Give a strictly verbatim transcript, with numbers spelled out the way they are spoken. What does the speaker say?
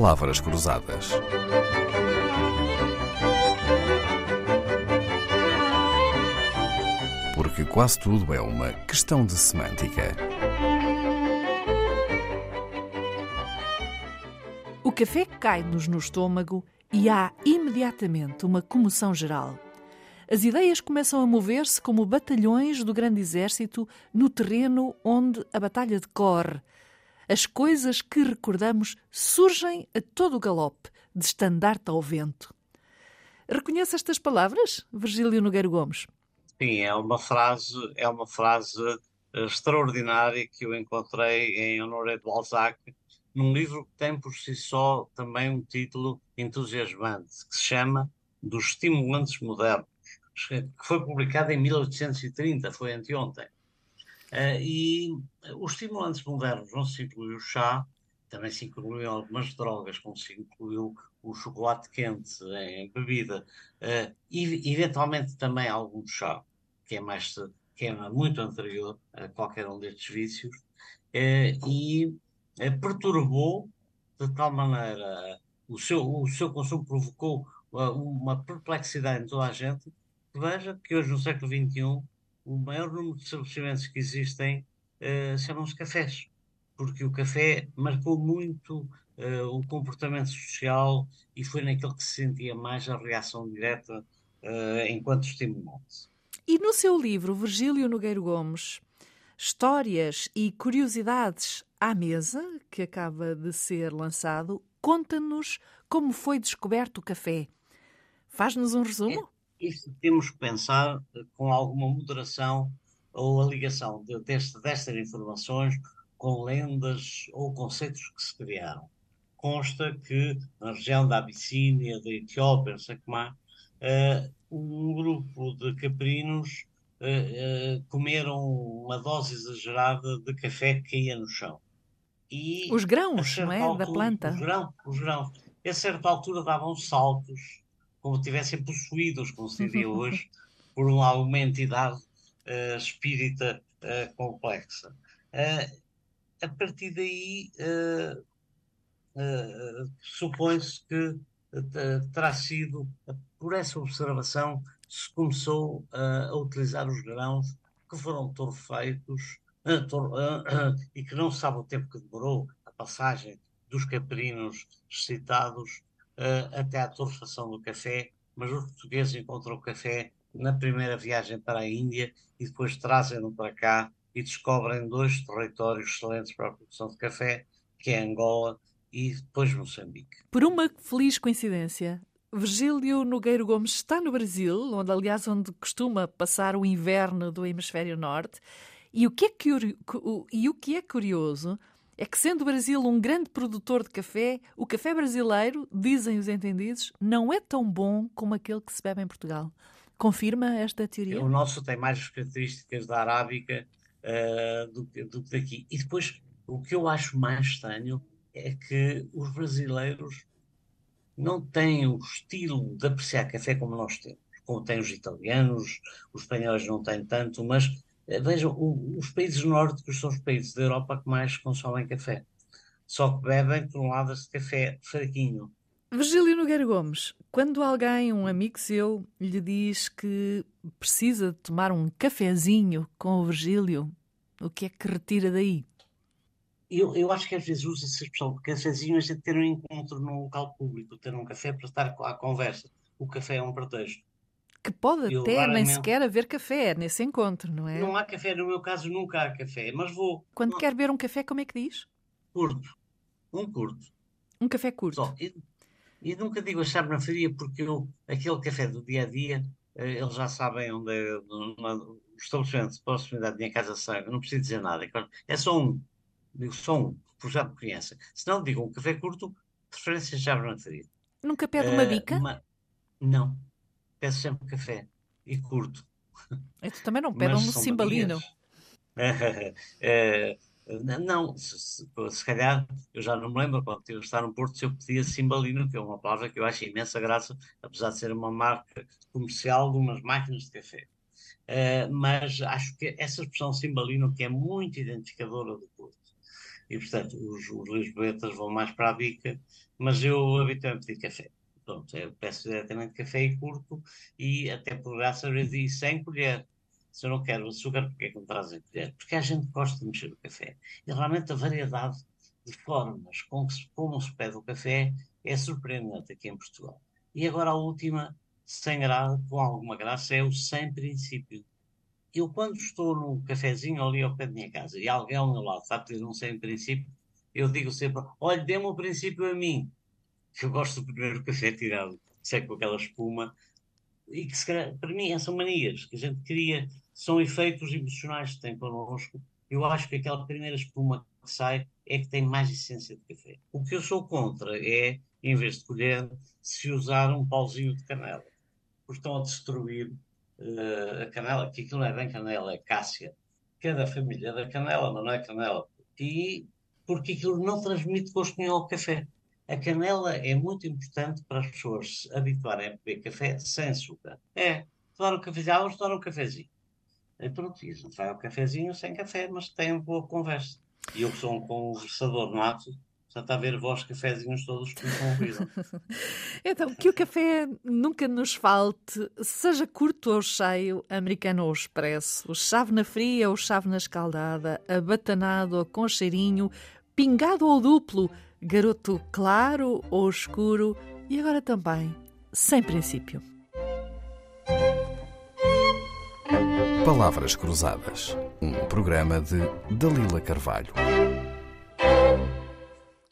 palavras cruzadas. Porque quase tudo é uma questão de semântica. O café cai-nos no estômago e há imediatamente uma comoção geral. As ideias começam a mover-se como batalhões do grande exército no terreno onde a batalha decorre. As coisas que recordamos surgem a todo o galope, de estandarte ao vento. Reconhece estas palavras, Virgílio Nogueiro Gomes? Sim, é uma frase, é uma frase eh, extraordinária que eu encontrei em Honoré de Balzac, num livro que tem por si só também um título entusiasmante, que se chama Dos Estimulantes Modernos, que foi publicado em mil oitocentos e trinta, foi anteontem. Eh, e os estimulantes modernos não se inclui o chá, também se incluem algumas drogas, como se incluiu o chocolate quente em bebida, eh, e eventualmente também algum chá, que é mais, que é muito anterior a qualquer um destes vícios, eh, e eh, perturbou de tal maneira o seu, o seu consumo provocou uh, uma perplexidade em toda a gente. Veja que hoje, no século vinte e um, o maior número de estabelecimentos que existem eh, chamam-se cafés, porque o café marcou muito eh, o comportamento social e foi naquele que se sentia mais a reação direta eh, enquanto estimulante. E no seu livro, Virgílio Nogueiro Gomes, Histórias e Curiosidades à Mesa, que acaba de ser lançado, conta-nos como foi descoberto o café. Faz-nos um É, resumo? isso temos que pensar eh, com alguma moderação ou a ligação de, deste, destas informações com lendas ou conceitos que se criaram. Consta que na região da Abissínia, da Etiópia, não sei como é, eh, um grupo de caprinos eh, eh, comeram uma dose exagerada de café que caía no chão. E Os a grãos, não certa é? Da altura, os planta. grãos, os grãos, a certa altura davam saltos, como se tivessem possuídos, como se diria hoje, por uma, alguma entidade eh, espírita eh, complexa. Eh, a partir daí, eh, eh, supõe-se que eh, terá sido por essa observação que se começou eh, a utilizar os grãos que foram torrefeitos eh, tor- eh, eh, e que não se sabe o tempo que demorou a passagem dos caprinos excitados eh, até à torrefação do café, mas os portugueses encontram o café na primeira viagem para a Índia e depois trazem-no para cá e descobrem dois territórios excelentes para a produção de café, que é Angola e depois Moçambique. Por uma feliz coincidência, Virgílio Nogueiro Gomes está no Brasil, onde, aliás, onde costuma passar o inverno do hemisfério norte. E o que é, curi- cu- e o que é curioso é que, sendo o Brasil um grande produtor de café, o café brasileiro, dizem os entendidos, não é tão bom como aquele que se bebe em Portugal. Confirma esta teoria? O nosso tem mais características da arábica eh, do, que do que daqui. E depois, o que eu acho mais estranho é que os brasileiros não têm o estilo de apreciar café como nós temos, como têm os italianos, os espanhóis não têm tanto, mas eh, vejam, o- os países nórdicos são os países da Europa que mais consomem café. Só que bebem toneladas de café fraquinho. Virgílio Nogueiro Gomes, quando alguém, um amigo seu, lhe diz que precisa de tomar um cafezinho com o Virgílio, o que é que retira daí? Eu, eu acho que às vezes usa-se a expressão de cafezinho a gente ter um encontro num local público, ter um café para estar à conversa. O café é um pretexto. Que pode Eu até nem raramente. sequer haver café nesse encontro, não é? Não há café, no meu caso nunca há café, mas vou. Quando Não, quer beber um café, como é que diz? curto, um curto. Um café curto. Só. E, e nunca digo achar na faria porque eu, aquele café do dia a dia, eh, eles já sabem onde é no- na- o estabelecimento de proximidade da minha casa sai. Eu não preciso dizer nada. É só um. Digo só um, porque já me conhecem. Se não, digo um café curto, preferência já na faria. Nunca pede uma Eh, bica? ma- não, peço sempre café e curto, Tu também não pede mas um são cimbalino. manias. Eh, não, se, se- se calhar, eu já não me lembro quando eu estava no Porto se eu pedia cimbalino, que é uma palavra que eu acho imensa graça, apesar de ser uma marca comercial de umas máquinas de café. Eh, mas acho que essa expressão cimbalino que é muito identificadora do Porto. e, portanto, os, os lisboetas vão mais para a bica, mas eu habituo-me a pedir café. Pronto, eu peço diretamente café e curto, e até por graça às vezes digo sem colher. Se eu não quero açúcar, porque é que me trazem colher? Porque a gente gosta de mexer o café. E realmente a variedade de formas com que se, como se pede o café é surpreendente aqui em Portugal. E agora a última, sem graça, com alguma graça, é o sem princípio. Eu, quando estou num cafezinho ali ao pé da minha casa e alguém ao meu lado está a pedir um sem princípio, eu digo sempre: olha, dê-me o princípio a mim, que eu gosto do primeiro café tirado, sei com aquela espuma, e que se calhar, para mim são manias que a gente cria, são efeitos emocionais que tem connosco. Eu acho que aquela primeira espuma que sai é que tem mais essência de café. O que eu sou contra é, em vez de colher, se usar um pauzinho de canela, porque estão a destruir uh, a canela, que aquilo não é bem canela, é cássia, que é da família da canela, mas não é canela. E porque aquilo não transmite gosto nenhum ao café. A canela é muito importante para as pessoas se habituarem a beber café sem açúcar. É, tomar um cafezinho, elas tomar um cafezinho. E pronto, e a gente vai ao cafezinho sem café, mas tem uma boa conversa. E eu que sou um conversador nato, já está a ver vós cafezinhos todos que me convidam. Então, que o café nunca nos falte, seja curto ou cheio, americano ou expresso, chávena fria ou chávena escaldada, abatanado ou com cheirinho, pingado ou duplo, garoto claro ou escuro e agora também sem princípio. Palavras Cruzadas, um programa de Dalila Carvalho.